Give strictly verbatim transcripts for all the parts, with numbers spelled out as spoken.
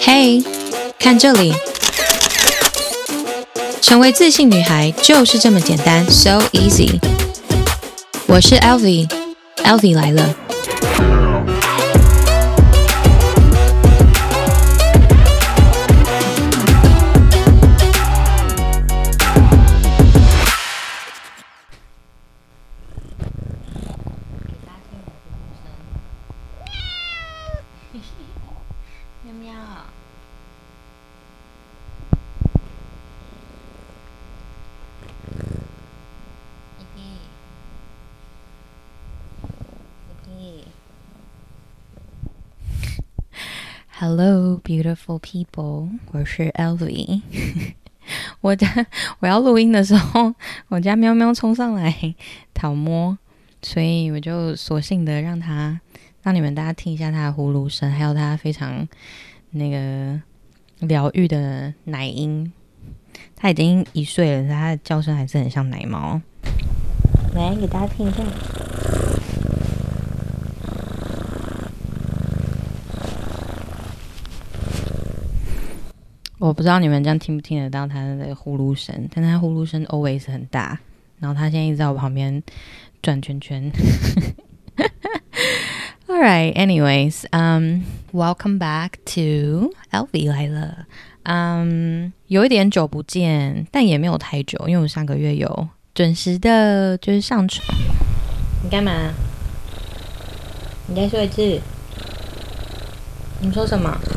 嘿，看这里，成为自信女孩就是这么简单 ，so easy。我是 Elvie，Elvie 来了。喵喵。Hello, beautiful people， 我是 Elvie。我家我要录音的时候，我家喵喵冲上来讨摸，所以我就索性的让它让你们大家听一下它的呼噜声，还有它非常那个疗愈的奶音。它已经一岁了，它的叫声还是很像奶猫。来给大家听一下。我不知道你们这样听不听得到它的呼噜声，但它呼噜声 always 很大，然后它现在一直在我旁边转圈圈。Alright, anyways, um, welcome back to Elvie 来了。Um, 有一点久不见，但也没有太久，因为我上个月有准时的，就是上传。你干嘛？你再说一次。你说什么？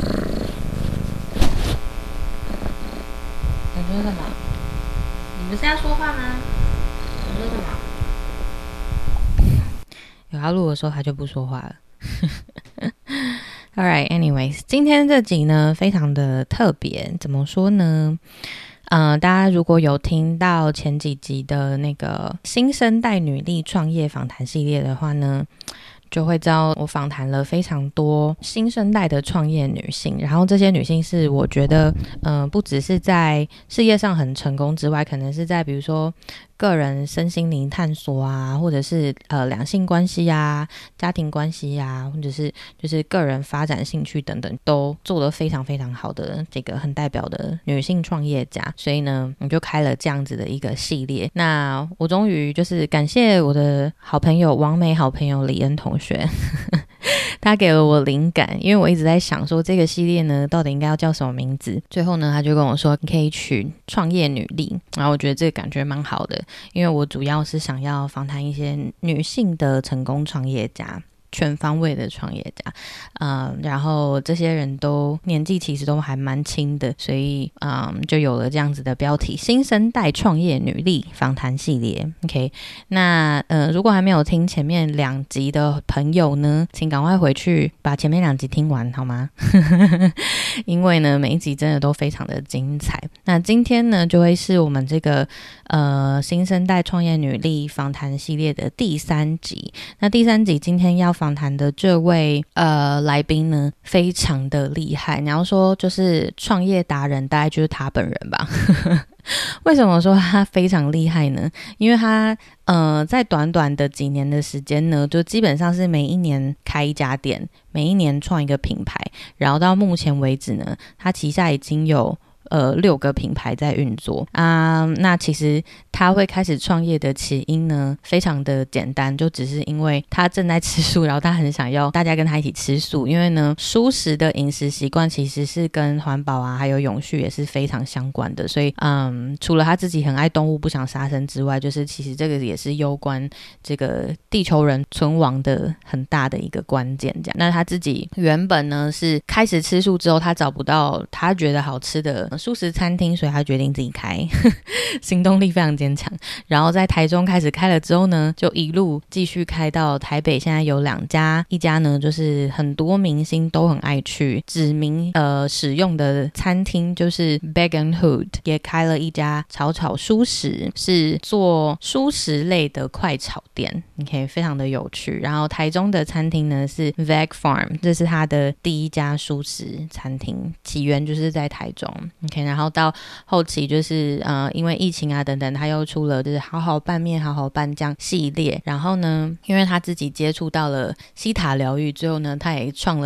你说什么？你不是要说话吗？你说什么？有他录的时候，他就不说话了。Alright, anyways， 今天这集呢非常的特别，怎么说呢？呃，大家如果有听到前几集的那个新生代女力创业访谈系列的话呢，就会知道我访谈了非常多新生代的创业女性，然后这些女性是我觉得呃，不只是在事业上很成功之外，可能是在比如说个人身心灵探索啊，或者是呃两性关系啊、家庭关系啊，或者是就是个人发展兴趣等等，都做得非常非常好的这个很代表的女性创业家。所以呢，我就开了这样子的一个系列。那我终于就是感谢我的好朋友王美好朋友李恩同学他给了我灵感，因为我一直在想说这个系列呢到底应该要叫什么名字。最后呢他就跟我说你可以取创业女力，然后我觉得这个感觉蛮好的，因为我主要是想要访谈一些女性的成功创业家，全方位的创业家，嗯，然后这些人都年纪其实都还蛮轻的，所以嗯，就有了这样子的标题：新生代创业女力访谈系列。OK， 那呃，如果还没有听前面两集的朋友呢，请赶快回去把前面两集听完好吗？因为呢，每一集真的都非常的精彩。那今天呢，就会是我们这个呃新生代创业女力访谈系列的第三集。那第三集今天要访谈的这位呃来宾呢，非常的厉害。你要说就是创业达人，大概就是他本人吧。为什么说他非常厉害呢？因为他呃在短短的几年的时间呢，就基本上是每一年开一家店，每一年创一个品牌，然后到目前为止呢，他旗下已经有呃六个品牌在运作啊、呃。那其实他会开始创业的起因呢，非常的简单，就只是因为他正在吃素，然后他很想要大家跟他一起吃素，因为呢，素食的饮食习惯其实是跟环保啊，还有永续也是非常相关的。所以，嗯，除了他自己很爱动物，不想杀生之外，就是其实这个也是攸关这个地球人存亡的很大的一个关键。这样，那他自己原本呢是开始吃素之后，他找不到他觉得好吃的素食餐厅，所以他决定自己开，行动力非常坚强。然后在台中开始开了之后呢，就一路继续开到台北，现在有两家，一家呢就是很多明星都很爱去指名呃使用的餐厅，就是 Vegan Hood， 也开了一家炒炒蔬食，是做蔬食类的快炒店 ，OK， 非常的有趣。然后台中的餐厅呢是 Veg Farm， 这是他的第一家蔬食餐厅，起源就是在台中 ，OK， 然后到后期就是呃因为疫情啊等等，他又出了就是好好拌面、好好拌酱系列。然后呢，因为他自己接触到了西塔疗愈之后呢，他也创了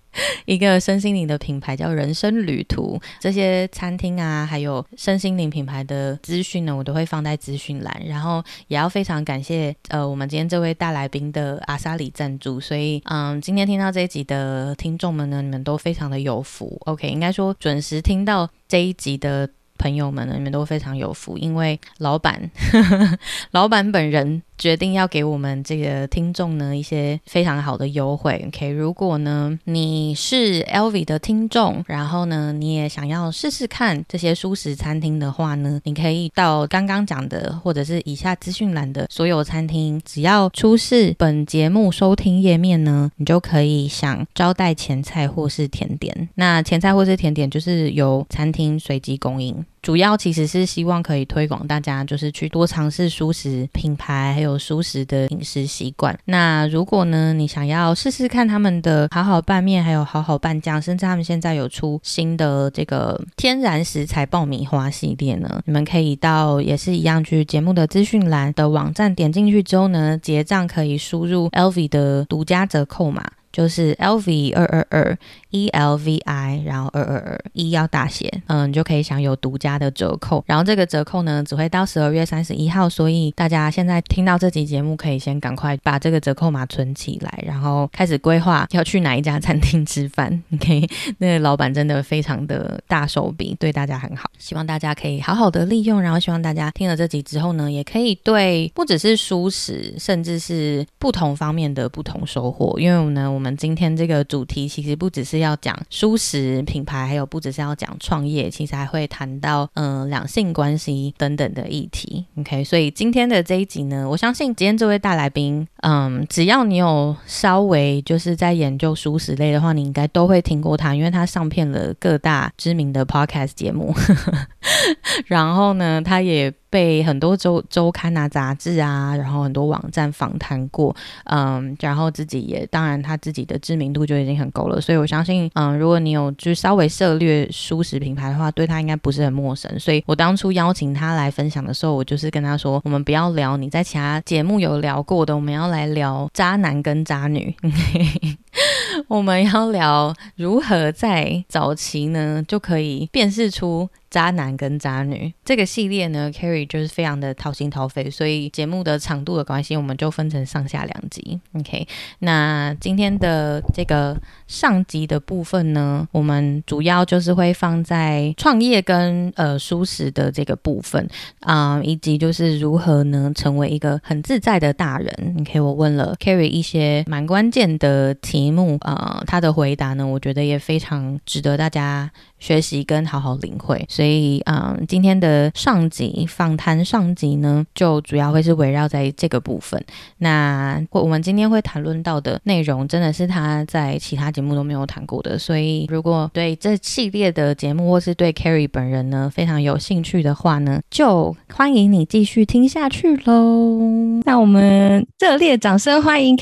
一个身心灵的品牌叫人生旅途，这些餐厅啊还有身心灵品牌的资讯呢我都会放在资讯栏，然后也要非常感谢呃我们今天这位大来宾的阿萨里赞助，所以嗯今天听到这一集的听众们呢，你们都非常的有福。 OK， 应该说准时听到这一集的朋友们呢，你们都非常有福，因为老板老板本人决定要给我们这个听众呢一些非常好的优惠。 OK， 如果呢你是 L V 的听众，然后呢你也想要试试看这些蔬食餐厅的话呢，你可以到刚刚讲的或者是以下资讯栏的所有餐厅，只要出示本节目收听页面呢，你就可以享招待前菜或是甜点。那前菜或是甜点就是由餐厅随机供应，主要其实是希望可以推广大家就是去多尝试蔬食品牌还有蔬食的饮食习惯。那如果呢你想要试试看他们的好好拌面还有好好拌酱，甚至他们现在有出新的这个天然食材爆米花系列呢，你们可以到也是一样去节目的资讯栏的网站点进去之后呢，结账可以输入 L V 的独家折扣码，就是 L V 二二二 E L V I 然后二二二一要大写，嗯，你就可以享有独家的折扣。然后这个折扣呢只会到十二月三十一号，所以大家现在听到这集节目可以先赶快把这个折扣码存起来，然后开始规划要去哪一家餐厅吃饭。OK， 那个老板真的非常的大手笔，对大家很好，希望大家可以好好的利用，然后希望大家听了这集之后呢，也可以对不只是蔬食甚至是不同方面的不同收获。因为呢我们今天这个主题其实不只是要讲蔬食品牌，还有不只是要讲创业，其实还会谈到嗯、呃、两性关系等等的议题。 OK， 所以今天的这一集呢，我相信今天这位大来宾嗯，只要你有稍微就是在研究蔬食类的话，你应该都会听过他，因为他上片了各大知名的 podcast 节目然后呢他也被很多周周刊啊杂志啊然后很多网站访谈过，嗯，然后自己也当然他自己的知名度就已经很够了，所以我相信嗯，如果你有就稍微涉略蔬食品牌的话，对他应该不是很陌生。所以我当初邀请他来分享的时候，我就是跟他说我们不要聊你在其他节目有聊过的，我们要来聊渣男跟渣女我们要聊如何在早期呢就可以辨识出渣男跟渣女。这个系列呢 Carrie 就是非常的掏心掏肺，所以节目的长度的关系我们就分成上下两集。 OK， 那今天的这个上集的部分呢，我们主要就是会放在创业跟呃蔬食的这个部分啊、呃，以及就是如何呢成为一个很自在的大人。 OK， 我问了 Carrie 一些蛮关键的题目，呃，他的回答呢我觉得也非常值得大家学习跟好好领会。所以嗯，今天的上集访谈上集呢就主要会是围绕在这个部分。那我们今天会谈论到的内容真的是他在其他节目都没有谈过的，所以如果对这系列的节目或是对 Carrie 本人呢非常有兴趣的话呢，就欢迎你继续听下去咯。那我们热烈掌声欢迎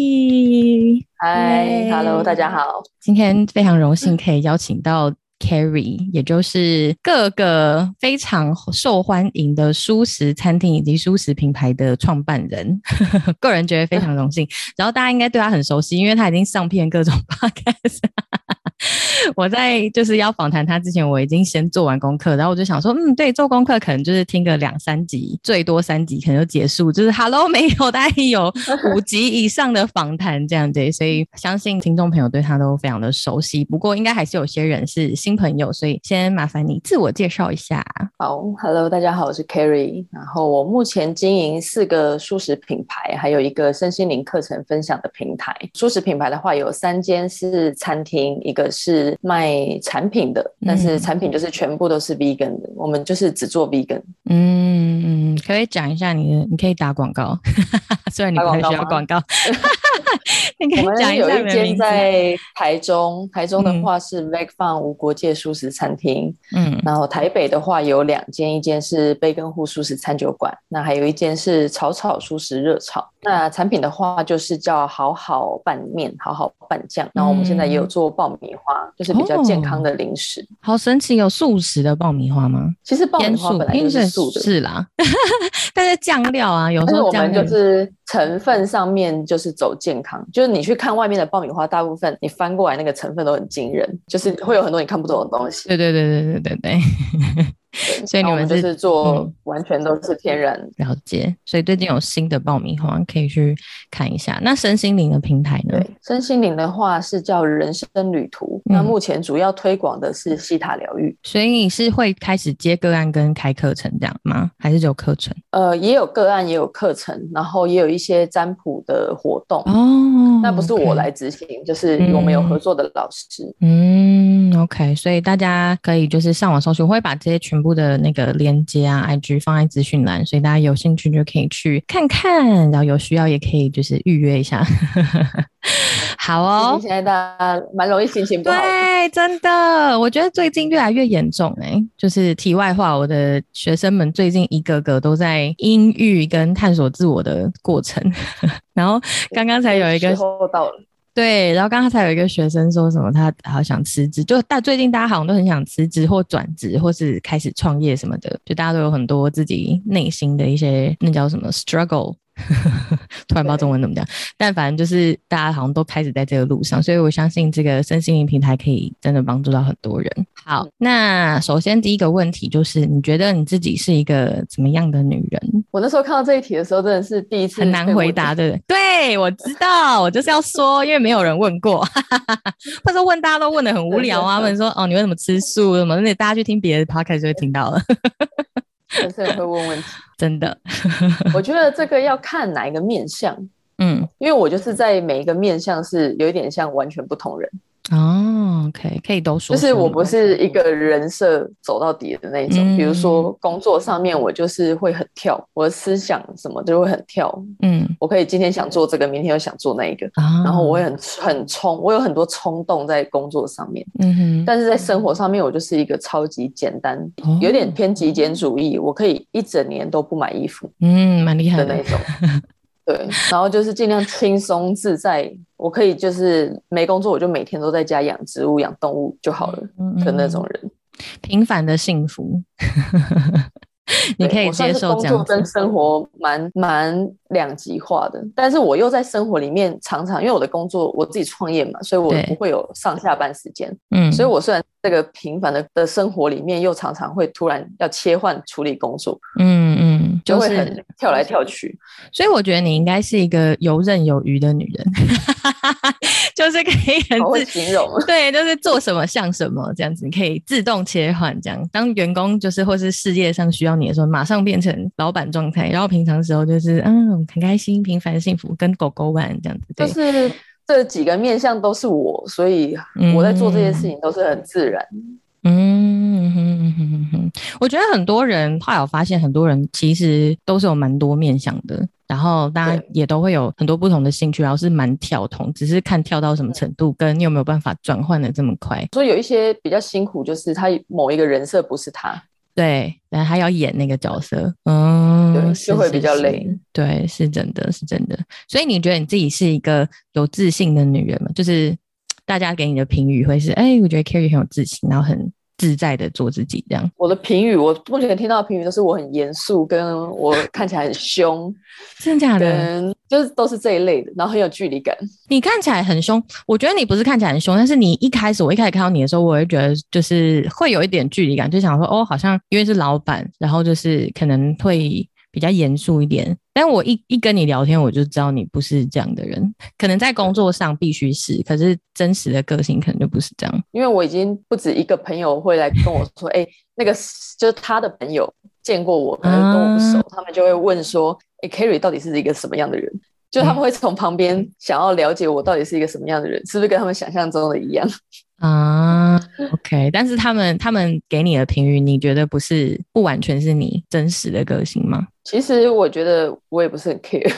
Carrie。 嗨 Hello 大家好， 今天非常荣幸可以邀请到Carrie， 也就是各个非常受欢迎的蔬食餐厅以及蔬食品牌的创办人个人觉得非常荣幸然后大家应该对他很熟悉，因为他已经上片各种 podcast 我在就是要访谈他之前我已经先做完功课，然后我就想说嗯对，做功课可能就是听个两三集，最多三集可能就结束，就是 Hello 没有大概有五集以上的访谈这样子，所以相信听众朋友对他都非常的熟悉，不过应该还是有些人是新朋友，所以先麻烦你自我介绍一下。 好 Hello 大家好，我是 Carrie， 然后我目前经营四个蔬食品牌，还有一个身心灵课程分享的平台。蔬食品牌的话有三间是餐厅，一个是卖产品的，但是产品就是全部都是 vegan 的，我们就是只做 vegan。 嗯，可以讲一下你的，你可以打广告虽然你不太需要广告你可以讲一下你的名字。 我们有一间在台中，台中的话是 Veg Farm 无国界蔬食餐厅，嗯，然后台北的话有两间，一间是贝根户蔬食餐酒馆，那还有一间是草草蔬食热炒。那产品的话就是叫好好拌面、好好拌酱，然后我们现在也有做爆米花，嗯、就是比较健康的零食。 哦、好神奇，有素食的爆米花吗？ 其实爆米花本来就是素的， 是啦但是酱料啊，有时候但是我们就是成分上面就是走健康，就是你去看外面的爆米花，大部分你翻过来那个成分都很惊人，就是会有很多你看不懂的东西。 对对对对对对对。所以你们是, 就是做完全都是天然、 嗯、了解。所以最近有新的爆米花可以去看一下。那身心灵的平台呢？ 对，身心灵的话是叫人生旅途、嗯、那目前主要推广的是西塔疗愈。 所以你是会开始接个案跟开课程这样吗？还是只有课程？ 呃，也有个案也有课程，然后也有一些占卜的活动哦。 那不是我来执行、okay. 就是我们有合作的老师。 嗯 OK， 所以大家可以就是上网搜寻，我会把这些全部的那个连接啊 I G 放在资讯栏，所以大家有兴趣就可以去看看，然后有需要也可以就是预约一下。好哦， 现在大家蛮容易心情不好的。 对，真的，我觉得最近越来越严重哎、欸。就是题外话，我的学生们最近一个个都在阴郁跟探索自我的过程。然后刚刚才有一个时候到了。 对，然后刚刚才有一个学生说什么他好想辞职，就但最近大家好像都很想辞职或转职或是开始创业什么的，就大家都有很多自己内心的一些那叫什么 struggle。突然不知道中文怎么讲，但反正就是大家好像都开始在这个路上，所以我相信这个身心灵平台可以真的帮助到很多人。好，那首先第一个问题就是你觉得你自己是一个怎么样的女人？ 我那时候看到这一题的时候真的是第一次很难回答的。对，我知道，我就是要说因为没有人问过或者问大家都问得很无聊啊，问说哦你为什么吃素什么，那大家去听别的 podcast 就会听到了。 很多人会问问题， 真的。 我觉得这个要看哪一个面向，嗯，因为我就是在每一个面向是有一点像完全不同人。 哦 OK， 可以都说说。 就是我不是一个人设走到底的那种、嗯、比如说工作上面我就是会很跳，我的思想什么就会很跳，嗯，我可以今天想做这个，明天又想做那一个、啊、然后我会很很冲，我有很多冲动在工作上面，嗯哼，但是在生活上面我就是一个超级简单、哦、有点偏极简主义，我可以一整年都不买衣服， 嗯，蛮厉害的那种。对，然后就是尽量轻松自在，我可以就是没工作我就每天都在家养植物养动物就好了的那种人， 平凡的幸福。你可以接受这样子。 工作跟生活蛮蛮两极化的，但是我又在生活里面常常因为我的工作我自己创业嘛，所以我不会有上下班时间，嗯，所以我虽然这个平凡 的, 的生活里面又常常会突然要切换处理工作，嗯嗯，就是、就会很跳来跳去， 所以我觉得你应该是一个游刃有余的女人。就是可以很自好会形容， 对，就是做什么像什么这样子，你可以自动切换这样。当员工就是或是事业上需要你的时候，马上变成老板状态，然后平常时候就是嗯很开心、平凡幸福，跟狗狗玩这样子。对， 就是这几个面向都是我，所以我在做这些事情都是很自然。 嗯哼哼哼，我觉得很多人后来我发现，很多人其实都是有蛮多面向的。然后大家也都会有很多不同的兴趣，然后是蛮跳通，只是看跳到什么程度，跟你有没有办法转换的这么快。 所以有一些比较辛苦，就是他某一个人设不是他， 对，但他要演那个角色，嗯， 对，就会比较累。 对，是真的，是真的。所以你觉得你自己是一个有自信的女人吗？就是大家给你的评语会是，哎，我觉得 Carrie 很有自信，然后很自在的做自己这样。 我的评语，我目前听到的评语都是我很严肃，跟我看起来很凶， 真的假的？ 就是都是这一类的，然后很有距离感。 你看起来很凶，我觉得你不是看起来很凶，但是你一开始我一开始看到你的时候，我会觉得就是会有一点距离感，就想说哦，好像因为是老板，然后就是可能会比较严肃一点。但我一一跟你聊天，我就知道你不是这样的人，可能在工作上必须是，可是真实的个性可能就不是这样。 因为我已经不止一个朋友会来跟我说，哎、欸，那个就是他的朋友见过我，可能跟我不熟，啊、他们就会问说，哎、欸、，Carrie 到底是一个什么样的人？就他们会从旁边想要了解我到底是一个什么样的人，是不是跟他们想象中的一样啊 ？OK， 但是他们他们给你的评语，你觉得不是不完全是你真实的个性吗？ 其实我觉得我也不是很 care，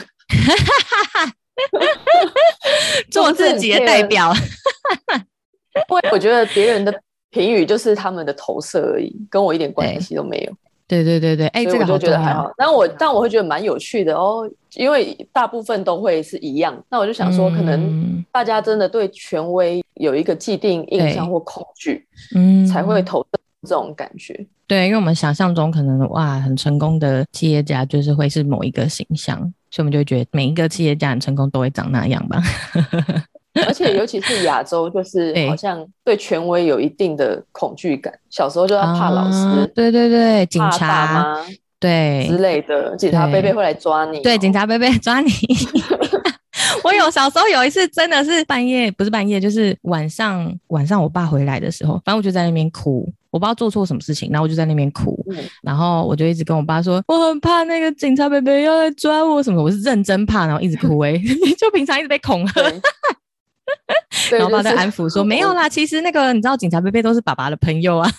做自己的代表。 因为我觉得别人的评语就是他们的投射而已，跟我一点关系都没有。 对对对对，哎、欸，这个我就觉得还好。但我但我会觉得蛮有趣的哦，因为大部分都会是一样。那我就想说，可能大家真的对权威有一个既定印象或恐惧，嗯，才会投射这种感觉。 对，因为我们想象中可能哇，很成功的企业家就是会是某一个形象。 所以我们就会觉得每一个企业家很成功都会长那样吧。 而且尤其是亚洲，就是好像对权威有一定的恐惧感，小时候就要怕老师、啊、 对对对，警察、 怕大妈对之类的，警察贝贝会来抓你、哦、 对，警察贝贝抓你。我有小时候有一次真的是半夜，不是半夜，就是晚上晚上我爸回来的时候，反正我就在那边哭，我不知道做错什么事情，然后我就在那边哭、嗯、然后我就一直跟我爸说我很怕那个警察贝贝要来抓我什么，我是认真怕，然后一直哭欸就平常一直被恐吓然后我爸在安抚说没有啦，其实那个你知道警察贝贝都是爸爸的朋友啊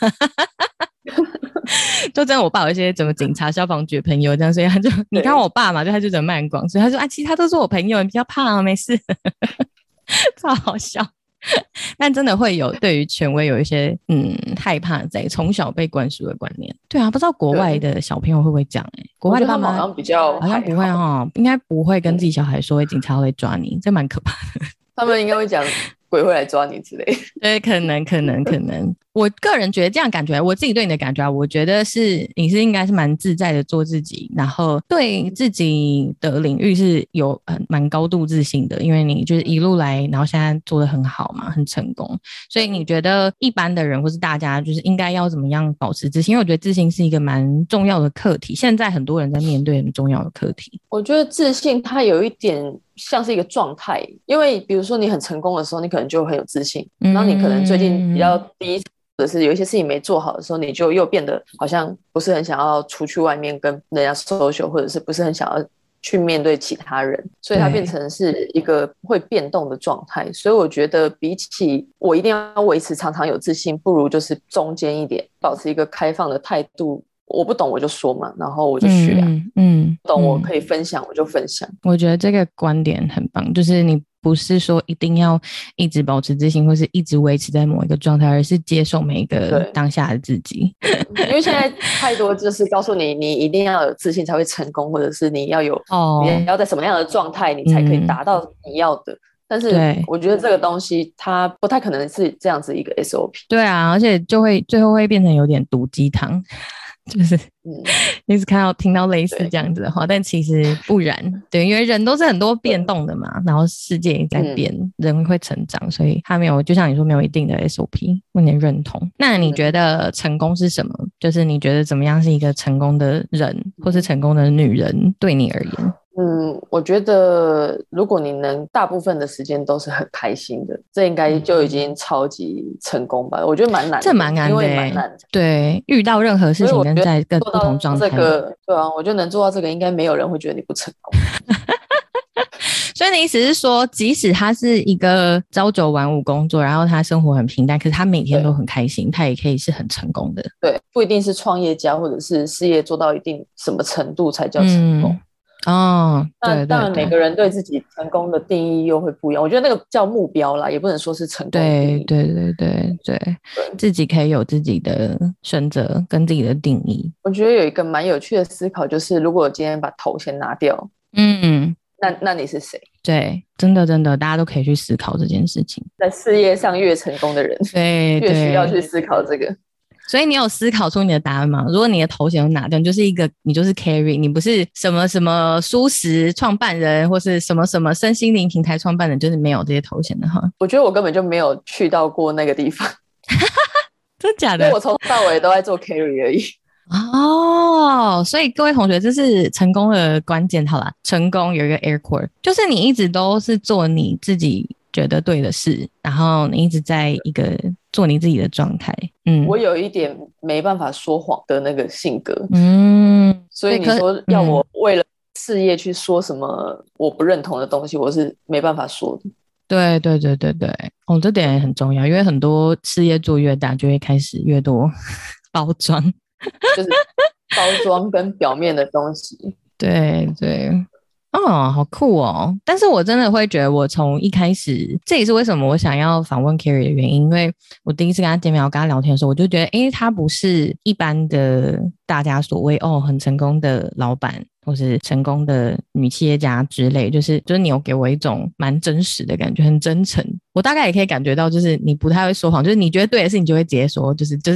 就真的我爸有一些怎么警察消防局的朋友这样，所以他就你看我爸嘛，就他就人脉很广，所以他说啊，其实他都是我朋友，你不要怕啊，没事超好笑但真的会有对于权威有一些嗯害怕在从小被灌输的观念。对啊，不知道国外的小朋友会不会讲欸，国外的爸妈好像比较好像不会齁，应该不会跟自己小孩说警察会抓你，这蛮可怕的。 他们应该会讲鬼会来抓你之类的。 对，可能可能可能我个人觉得这样感觉，我自己对你的感觉啊，我觉得是你是应该是蛮自在的做自己，然后对自己的领域是有很蛮高度自信的，因为你就是一路来然后现在做得很好嘛，很成功，所以你觉得一般的人或是大家就是应该要怎么样保持自信？因为我觉得自信是一个蛮重要的课题，现在很多人在面对很重要的课题。 我觉得自信它有一点像是一个状态，因为比如说你很成功的时候你可能就很有自信、嗯、然后你可能最近比较低或者是有一些事情没做好的时候，你就又变得好像不是很想要出去外面跟人家 social， 或者是不是很想要去面对其他人，所以它变成是一个会变动的状态。所以我觉得比起我一定要维持常常有自信，不如就是中间一点，保持一个开放的态度，我不懂我就说嘛，然后我就学啊，嗯嗯，不懂我可以分享、嗯、我就分享。 我觉得这个观点很棒，就是你不是说一定要一直保持自信或是一直维持在某一个状态，而是接受每一个当下的自己。 因为现在太多就是告诉你你一定要有自信才会成功，或者是你要有、哦、你要在什么样的状态你才可以达到你要的、嗯，但是我觉得这个东西它不太可能是这样子一个 S O P。 对啊，而且就会最后会变成有点毒鸡汤，就是一直看到听到类似这样子的话，但其实不然。对，因为人都是很多变动的嘛，然后世界也在变、嗯、人会成长，所以他没有就像你说没有一定的 S O P， 我有点认同。那你觉得成功是什么？就是你觉得怎么样是一个成功的人或是成功的女人对你而言？ 嗯，我觉得如果你能大部分的时间都是很开心的，这应该就已经超级成功吧。我觉得蛮难的， 这蛮难的，因为蛮难的。对，遇到任何事情跟在各不同状态、 这个，对啊，我觉得能做到这个，应该没有人会觉得你不成功。 所以你意思是说，即使他是一个朝九晚五工作，然后他生活很平淡，可是他每天都很开心，他也可以是很成功的。 对，不一定是创业家或者是事业做到一定什么程度才叫成功。嗯哦，对对对， 当然每个人对自己成功的定义又会不一样，我觉得那个叫目标啦，也不能说是成功的定义。 对对对对 对, 对，自己可以有自己的选择跟自己的定义。 我觉得有一个蛮有趣的思考，就是如果我今天把头先拿掉，嗯，那那你是谁？ 对，真的真的，大家都可以去思考这件事情。 在事业上越成功的人， 对， 越需要去思考这个。 所以你有思考出你的答案吗？如果你的头衔有拿掉，你就是一个，你就是 Carrie， 你不是什么什么蔬食创办人，或是什么什么身心灵平台创办人，就是没有这些头衔的话， 我觉得我根本就没有去到过那个地方。 真的假的？ 因为我从到尾都在做 Carrie 而已。 哦，所以各位同学，这是成功的关键。好啦，成功有一个 air core， 就是你一直都是做你自己觉得对的事，然后你一直在一个做你自己的状态。嗯， 我有一点没办法说谎的那个性格。嗯，所以你说要我为了事业去说什么我不认同的东西，我是没办法说的。 对对对对对，哦，这点也很重要，因为很多事业做越大，就会开始越多包装， 就是包装跟表面的东西。 对对。哦，好酷哦！但是我真的会觉得，我从一开始，这也是为什么我想要访问 Carrie 的原因，因为我第一次跟他见面，我跟他聊天的时候，我就觉得，诶，他不是一般的大家所谓哦很成功的老板，或是成功的女企业家之类，就是就是你有给我一种蛮真实的感觉，很真诚。我大概也可以感觉到，就是你不太会说谎，就是你觉得对的事，你就会直接说，就是就是这样。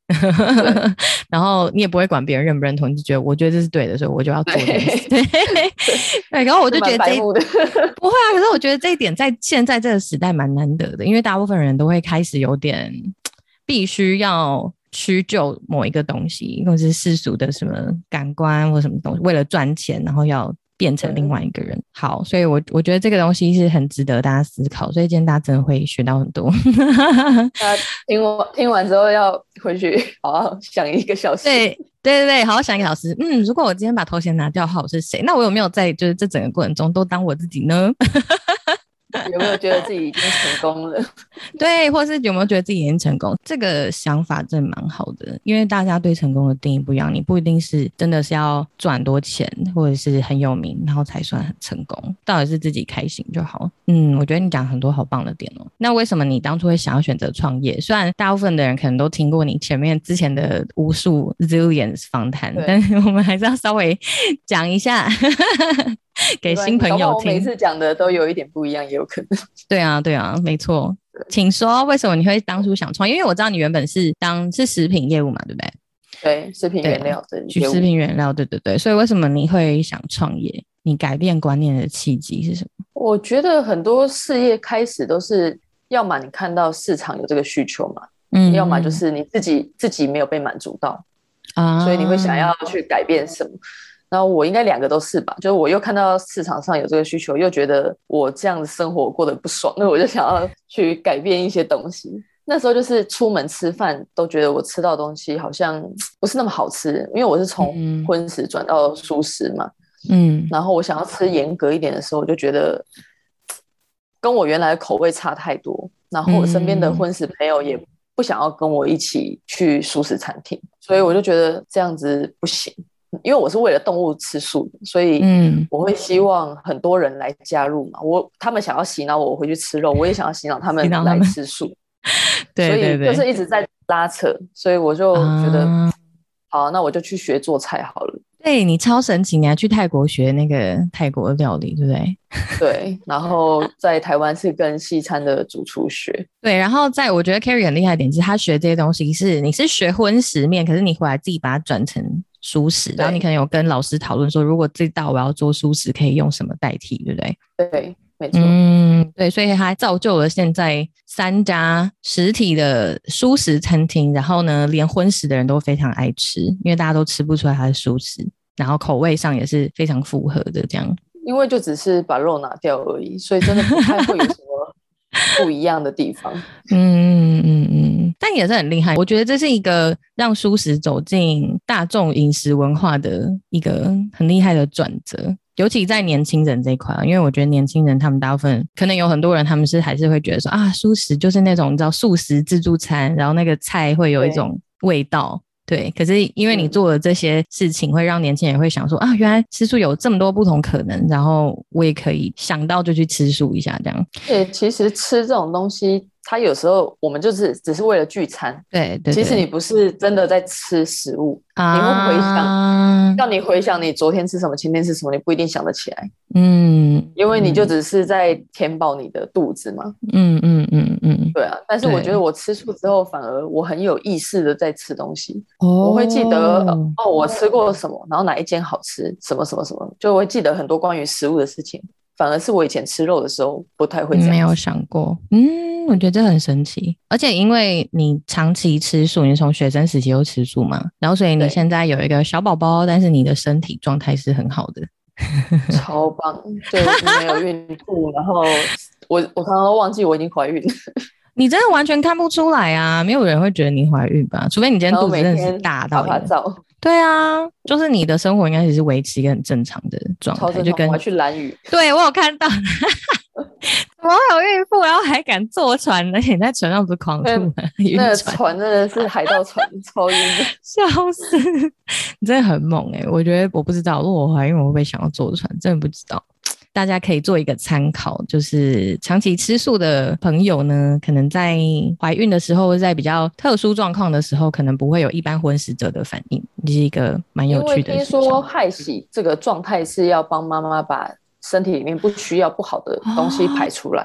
然后你也不会管别人认不认同，你就觉得我觉得这是对的，所以我就要做这件事。对对，然后我就觉得这不会啊，可是我觉得这一点在现在这个时代蛮难得的，因为大部分人都会开始有点必须要屈就某一个东西，或是世俗的什么感官或什么东西，为了赚钱然后要变成另外一个人。好，所以我我觉得这个东西是很值得大家思考，所以今天大家真的会学到很多。 那听完听完之后要回去好好想一个小时。 对对对对，好好想一个小时。嗯，如果我今天把头衔拿掉的话，我是谁？那我有没有在就是这整个过程中都当我自己呢？ 有没有觉得自己已经成功了？ 对，或是有没有觉得自己已经成功？这个想法真的蛮好的，因为大家对成功的定义不一样，你不一定是真的是要赚很多钱，或者是很有名，然后才算很成功，到底是自己开心就好。嗯，我觉得你讲很多好棒的点哦。那为什么你当初会想要选择创业？虽然大部分的人可能都听过你前面之前的无数 Zillions 访谈，但是我们还是要稍微讲一下。给新朋友听， 我每次讲的都有一点不一样，也有可能。 对啊，对啊，没错。请说，为什么你会当初想创业？因为我知道你原本是当是食品业务嘛，对不对？ 对，食品原料的业务。 食品原料，对对对。所以为什么你会想创业？你改变观念的契机是什么？ 我觉得很多事业开始都是，要么你看到市场有这个需求嘛，嗯，要么就是你自己自己没有被满足到啊，所以你会想要去改变什么。然后我应该两个都是吧，就是我又看到市场上有这个需求，又觉得我这样的生活过得不爽，那我就想要去改变一些东西。那时候就是出门吃饭都觉得我吃到的东西好像不是那么好吃，因为我是从荤食转到蔬食嘛，嗯，然后我想要吃严格一点的时候，我就觉得跟我原来的口味差太多，然后我身边的荤食朋友也不想要跟我一起去蔬食餐厅，所以我就觉得这样子不行。因为我是为了动物吃素的，所以我会希望很多人来加入嘛。我他们想要洗脑我回去吃肉，我也想要洗脑他们来吃素。对对对，所以就是一直在拉扯，所以我就觉得、啊、好，那我就去学做菜好了。 对，你超神奇，你还去泰国学那个泰国料理，对不对？ 对，然后在台湾是跟西餐的主厨学。 对，然后在我觉得 Carrie 很厉害的点是，他学这些东西是你是学荤食面，可是你回来自己把它转成蔬食，然后你可能有跟老师讨论说，如果这道我要做蔬食，可以用什么代替，对不对？ 对，没错。 嗯，对，所以它造就了现在三家实体的蔬食餐厅，然后呢，连荤食的人都非常爱吃，因为大家都吃不出来它是蔬食，然后口味上也是非常符合的这样。 因为就只是把肉拿掉而已，所以真的不太会有什么不一样的地方。 嗯嗯嗯，但也是很厉害。我觉得这是一个让蔬食走进大众饮食文化的一个很厉害的转折，尤其在年轻人这一块，因为我觉得年轻人他们大部分可能有很多人他们是还是会觉得说啊，蔬食就是那种你知道素食自助餐，然后那个菜会有一种味道。对，可是因为你做的这些事情会让年轻人会想说啊，原来吃素有这么多不同可能，然后我也可以想到就去吃素一下这样。 对，其实吃这种东西它有时候我们就是只是为了聚餐， 对 对, 对， 其实你不是真的在吃食物，啊、你会回想，让你回想你昨天吃什么，前天吃什么，你不一定想得起来，嗯，因为你就只是在填饱你的肚子嘛，嗯嗯嗯嗯，对啊。但是我觉得我吃素之后，反而我很有意识的在吃东西，我会记得哦，我吃过什么，然后哪一间好吃，什么什么什么，就会记得很多关于食物的事情。反而是我以前吃肉的时候不太会这样， 没有想过。嗯，我觉得这很神奇。而且因为你长期吃素，你从学生时期就吃素嘛，然后所以你现在有一个小宝宝，但是你的身体状态是很好的， 超棒。对，没有孕吐，然后我我刚刚忘记我已经怀孕了。 你真的完全看不出来啊，没有人会觉得你怀孕吧？除非你今天肚子真的是大到一个。对啊，就是你的生活应该也是维持一个很正常的状态，就跟我要去兰屿。 对，我有看到，怎么会有孕妇，然后还敢坐船，而且你在船上不是狂吐吗？ 那个船真的是海盗船，超晕的， 笑死！你真的很猛哎、欸！我觉得我不知道，如果我怀孕，我会不会想要坐船？真的不知道。大家可以做一个参考，就是长期吃素的朋友呢，可能在怀孕的时候，或者在比较特殊状况的时候，可能不会有一般荤食者的反应，这是一个蛮有趣的事情。 因为听说害喜这个状态是要帮妈妈把身体里面不需要不好的东西排出来，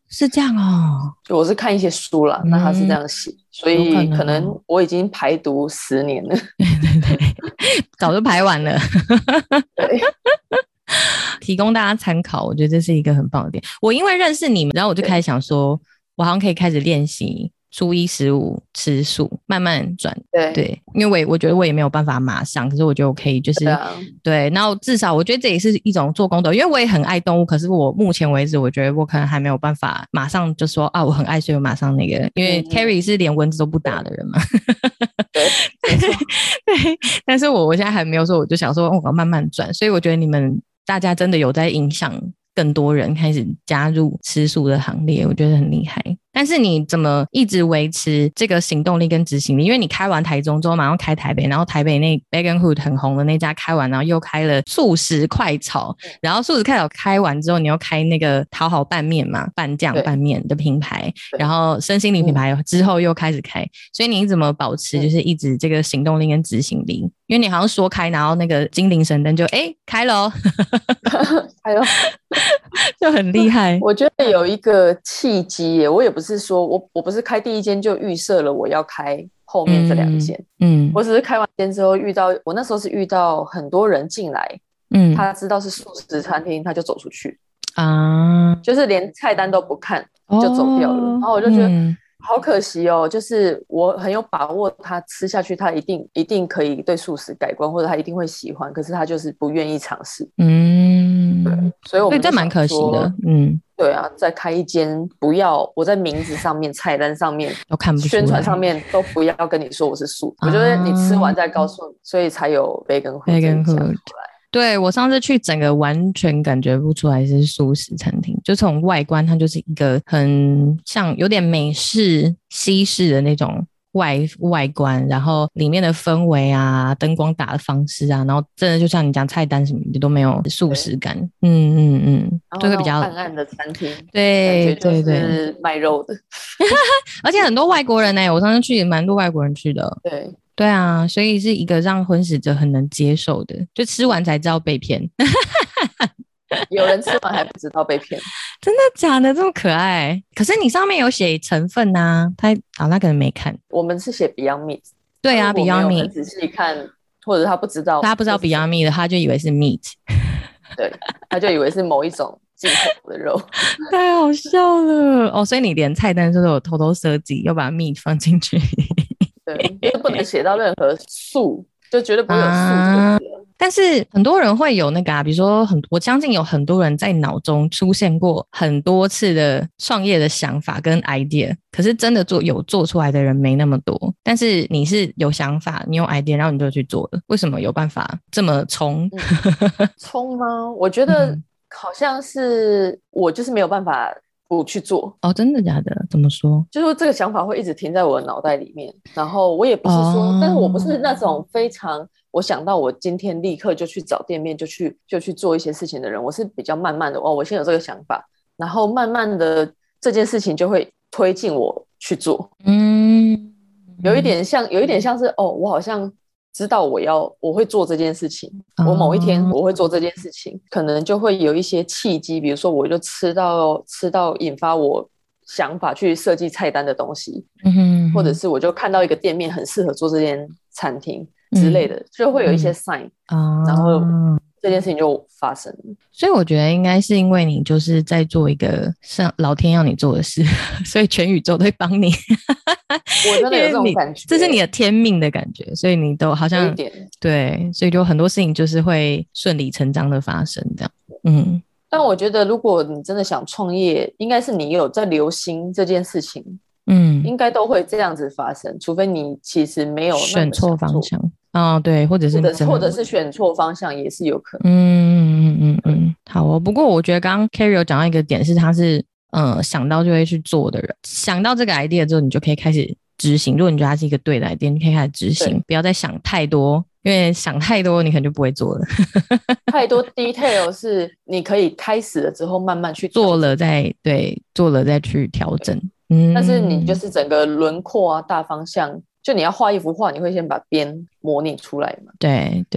是这样哦。 就我是看一些书啦，嗯、那他是这样写，所以可能我已经排毒十年了。 对对对，早就排完了。 对。 提供大家参考，我觉得这是一个很棒的点。我因为认识你们，然后我就开始想说，我好像可以开始练习初一十五吃素，慢慢转。 对对，因为我我觉得我也没有办法马上，可是我觉得我可以，就是 对,、啊、对，然后至少我觉得这也是一种做功德，因为我也很爱动物，可是我目前为止，我觉得我可能还没有办法马上就说啊，我很爱，所以我马上那个，因为 Carrie 是连蚊子都不打的人嘛。 对对，但是我我现在还没有说，我就想说，我要慢慢转，所以我觉得你们大家真的有在影响更多人开始加入吃素的行列，我觉得很厉害。但是你怎么一直维持这个行动力跟执行力？因为你开完台中之后马上开台北，然后台北那 Bacon Hood 很红的那家开完，然后又开了素食快炒，然后素食快炒开完之后你又开那个讨好拌面嘛，拌酱拌面的品牌，然后身心灵品牌之后又开始开，所以你怎么保持就是一直这个行动力跟执行力？因为你好像说开，然后那个精灵神灯就哎开了哦。 开了就很厉害。 我觉得有一个契机耶，我也不是说我我不是开第一间就预设了我要开后面这两间，嗯，嗯我只是开完间之后遇到，我那时候是遇到很多人进来，嗯，他知道是素食餐厅，他就走出去啊，就是连菜单都不看就走掉了，哦、然后我就觉得。嗯好可惜哦，就是我很有把握，他吃下去，他一定一定可以对素食改观，或者他一定会喜欢，可是他就是不愿意尝试。嗯，对，所以我们这蛮可惜的。嗯， 对啊，再开一间，不要我在名字上面、菜单上面都看不出来， 宣传上面都不要跟你说我是素，啊、我觉得你吃完再告诉你，所以才有 Bacon Hood 出来。 对，我上次去整个完全感觉不出来是素食餐厅，就从外观它就是一个很像有点美式西式的那种外外观，然后里面的氛围啊灯光打的方式啊，然后真的就像你讲菜单什么的都没有素食感。嗯嗯嗯，就会比较暗暗的餐厅， 对对对， 是卖肉的。 而且很多外国人呢、欸，我上次去也蛮多外国人去的。 对对啊，所以是一个让荤食者很能接受的，就吃完才知道被骗。 有人吃完还不知道被骗， 真的假的？这么可爱？可是你上面有写成分啊，他啊，他可能没看。 我们是写 Beyond Meat。 对啊 ，Beyond Meat。 很仔细看，或者他不知道， 他不知道 Beyond Meat 的，他就以为是 meat。 对，他就以为是某一种进口的肉。 太好笑了哦！所以你连菜单都有偷偷设计，又把 meat 放进去。 对，就是不能写到任何素，就绝对不会有素、啊。 但是很多人会有那个啊，比如说很，我相信有很多人在脑中出现过很多次的创业的想法跟 idea， 可是真的做有做出来的人没那么多。但是你是有想法，你有 idea， 然后你就去做了，为什么有办法这么冲？ 冲、嗯、吗？我觉得好像是我就是没有办法。不去做哦，真的假的？怎么说？ 就是说这个想法会一直停在我的脑袋里面，然后我也不是说，哦、但是我不是那种非常我想到我今天立刻就去找店面就去就去做一些事情的人，我是比较慢慢的哦，我先有这个想法，然后慢慢的这件事情就会推进我去做，嗯，有一点像，有一点像是哦，我好像。知道我要我会做这件事情，我某一天我会做这件事情，哦、可能就会有一些契机，比如说我就吃到吃到引发我想法去设计菜单的东西，嗯哼，或者是我就看到一个店面很适合做这间餐厅之类的，嗯、就会有一些 sign，嗯、然后这件事情就发生了。 所以我觉得应该是因为你就是在做一个像老天要你做的事，所以全宇宙都会帮你。 我真的有这种感觉， 这是你的天命的感觉，所以你都好像对，所以就很多事情就是会顺理成章的发生这样。嗯， 但我觉得如果你真的想创业，应该是你有在留心这件事情，嗯，应该都会这样子发生，除非你其实没有选错方向。哦，对，或者是或者, 或者是选错方向也是有可能。 嗯嗯嗯嗯，好哦。不过我觉得刚刚 Carrie 有讲到一个点是，他是呃想到就会去做的人，想到这个 idea 之后，你就可以开始执行。如果你觉得它是一个对的 idea，你可以开始执行，不要再想太多，因为想太多你可能就不会做了。 太多 detail 是你可以开始了之后慢慢去做了再对做了再去调整。嗯， 但是你就是整个轮廓啊大方向。就你要画一幅画，你会先把边模拟出来嘛？ 对对，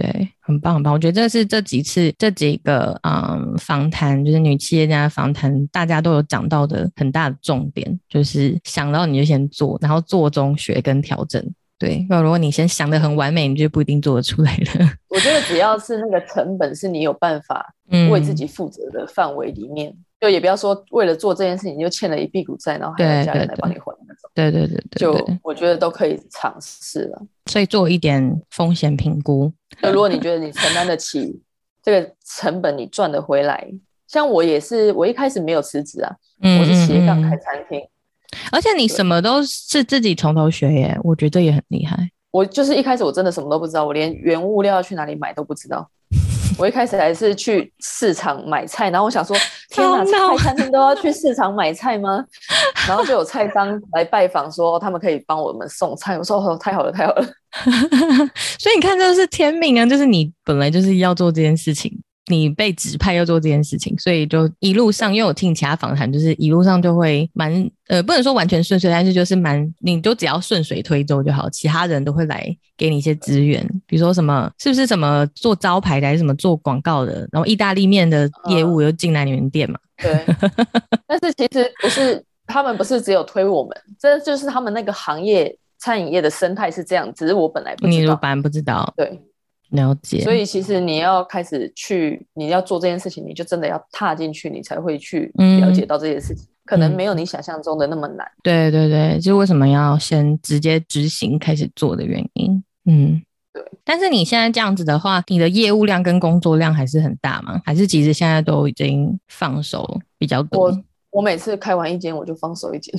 很棒很棒，我觉得这是这几次这几个嗯访谈，就是女企业家的访谈，大家都有讲到的很大的重点，就是想到你就先做，然后做中学跟调整。对，如果你先想得很完美，你就不一定做得出来了。 我觉得只要是那个成本是你有办法为自己负责的范围里面、嗯、就也不要说为了做这件事情就欠了一屁股债，然后还要家人来帮你还那种。 对对对 对, 对, 对, 对， 就我觉得都可以尝试了。 所以做一点风险评估， 就如果你觉得你承担得起这个成本，你赚得回来。像我也是，我一开始没有辞职啊、嗯、我是斜杠开餐厅， 而且你什么都是自己从头学耶，我觉得也很厉害。 我就是一开始我真的什么都不知道，我连原物料要去哪里买都不知道。我一开始还是去市场买菜，然后我想说天哪，开餐厅都要去市场买菜吗？然后就有菜商来拜访说他们可以帮我们送菜，我说哦，太好了太好了。 所以你看这是天命啊，就是你本来就是要做这件事情，你被指派要做这件事情，所以就一路上，因为我听其他访谈，就是一路上就会蛮呃，不能说完全顺遂，但是就是蛮，你就只要顺水推舟就好，其他人都会来给你一些资源，比如说什么是不是什么做招牌的还是什么做广告的，然后意大利面的业务又进来你们店嘛、 嗯、对。但是其实不是，他们不是只有推我们，这就是他们那个行业餐饮业的生态是这样，只是我本来不知道， 你本来不知道， 对， 了解。 所以其实你要开始去，你要做这件事情，你就真的要踏进去，你才会去了解到这件事情、嗯、可能没有你想象中的那么难。 对对对，就是为什么要先直接执行开始做的原因。嗯， 对。 但是你现在这样子的话，你的业务量跟工作量还是很大吗？还是其实现在都已经放手比较多？ 我我每次开完一间我就放手一间。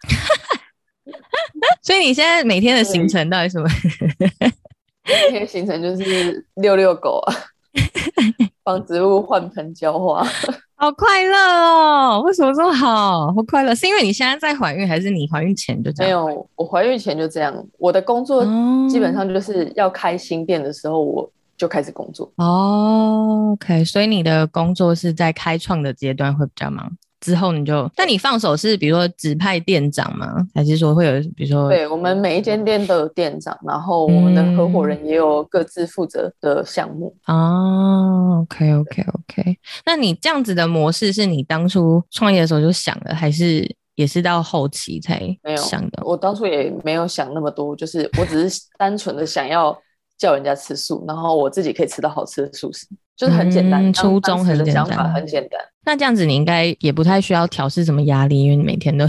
所以你现在每天的行程到底什么？ 每天行程就是遛遛狗啊，帮植物换盆浇花。 好快乐哦！为什么这么好？好快乐，是因为你现在在怀孕，还是你怀孕前就这样？ 没有，我怀孕前就这样。我的工作基本上就是要开新店的时候，我就开始工作。 哦 ，OK， 所以你的工作是在开创的阶段会比较忙。之后你就，但你放手是比如说指派店长吗？还是说会有比如说？ 对，我们每一间店都有店长，然后我们的合伙人也有各自负责的项目。 哦 ，OK OK OK， 那你这样子的模式是你当初创业的时候就想的，还是也是到后期才想的？ 没有，我当初也没有想那么多，就是我只是单纯的想要叫人家吃素，然后我自己可以吃到好吃的素食，就是很简单， 嗯、初衷很简单， 想法很简单。 那这样子你应该也不太需要调试什么压力，因为你每天都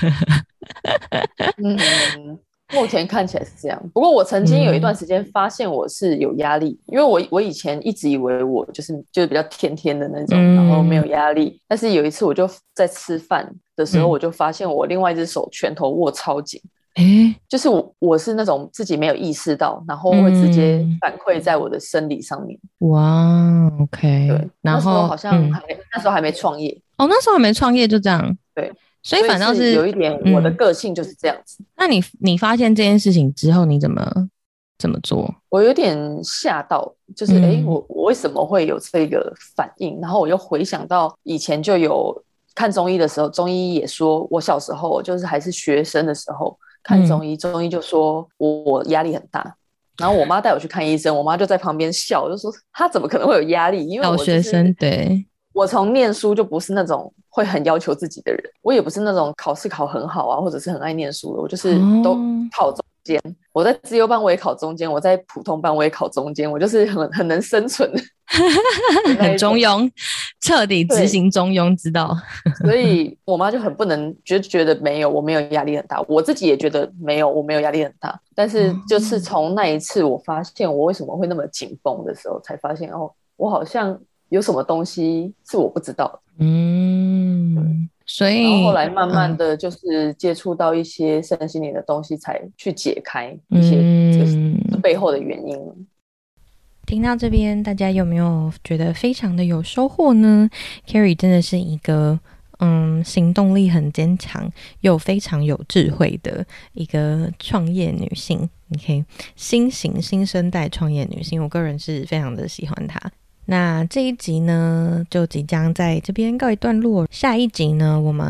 嗯，目前看起来是这样。不过我曾经有一段时间发现我是有压力，因为我我以前一直以为我就是就是比较天天的那种、嗯、然后没有压力。但是有一次我就在吃饭的时候、嗯、我就发现我另外一只手拳头握超紧。 欸、 就是我我是那种自己没有意识到，然后会直接反馈在我的生理上面。 哇 OK， 对， 然后那时候好像还没、嗯、那时候还没创业。 哦，那时候还没创业就这样。 对， 所以反倒 是, 是有一点我的个性就是这样子、嗯、 那你你发现这件事情之后你怎么怎么做？ 我有点吓到，就是哎、嗯，我我为什么会有这个反应？然后我又回想到以前就有看中医的时候，中医也说我小时候就是还是学生的时候看中医、嗯、中医就说我我压力很大，然后我妈带我去看医生，我妈就在旁边笑，就说她怎么可能会有压力？因为我、就是、 小学生，对，我从念书就不是那种会很要求自己的人，我也不是那种考试考很好啊，或者是很爱念书的，我就是都考中间、哦、我在资优班我也考中间，我在普通班我也考中间，我就是很很能生存很中庸，彻底执行中庸之道。 所以我妈就很不能觉得觉得没有，我没有压力很大，我自己也觉得没有，我没有压力很大。但是就是从那一次我发现我为什么会那么紧绷的时候，才发现哦，我好像有什么东西是我不知道的。 嗯，所以然后后来慢慢的就是接触到一些身心灵的东西，才去解开一些这背后的原因。 听到这边，大家有没有觉得非常的有收获呢？ Carrie 真的是一个嗯，行动力很坚强又非常有智慧的一个创业女性。 OK， 新型新生代创业女性，我个人是非常的喜欢她。那这一集呢就即将在这边告一段落，下一集呢我们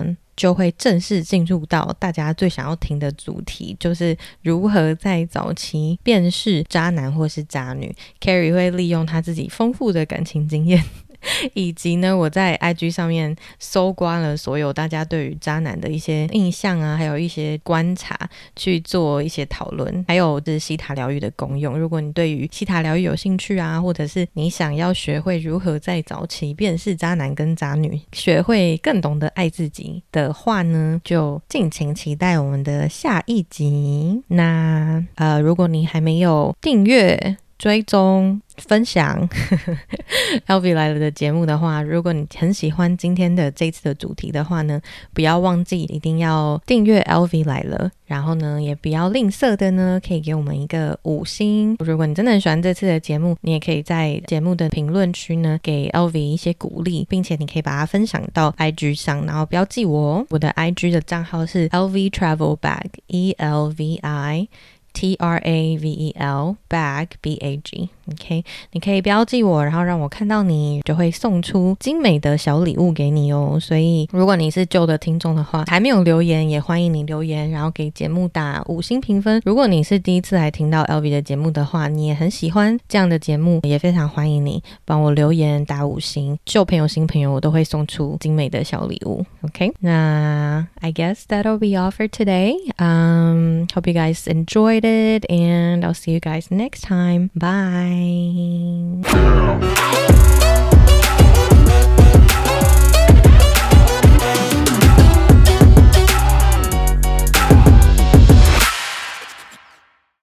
就会正式进入到大家最想要听的主题，就是如何在早期辨识渣男或是渣女。 Carrie 会利用他自己丰富的感情经验以及呢我在 I G 上面搜刮了所有大家对于渣男的一些印象啊，还有一些观察，去做一些讨论，还有就是西塔疗愈的功用。如果你对于西塔疗愈有兴趣啊，或者是你想要学会如何在早期辨识渣男跟渣女，学会更懂得爱自己的话呢，就敬请期待我们的下一集。那呃，如果你还没有订阅追踪分享L V 来了的节目的话，如果你很喜欢今天的这次的主题的话呢，不要忘记一定要订阅 L V 来了，然后呢也不要吝啬的呢可以给我们一个五星。如果你真的很喜欢这次的节目，你也可以在节目的评论区呢给 L V 一些鼓励，并且你可以把它分享到 I G 上，然后标记我哦。我的 I G 的账号是 L V Travel Bag E L V I T R A V E L Bag B A G OK， 你可以标记我，然后让我看到你，就会送出精美的小礼物给你哦。所以如果你是旧的听众的话，还没有留言，也欢迎你留言，然后给节目打五星评分。如果你是第一次来听到 L V 的节目的话，你也很喜欢这样的节目，也非常欢迎你帮我留言打五星，旧朋友新朋友我都会送出精美的小礼物。 OK， 那 I guess that'll be all for today. Um, hope you guys enjoyed it and I'll see you guys next time. Bye.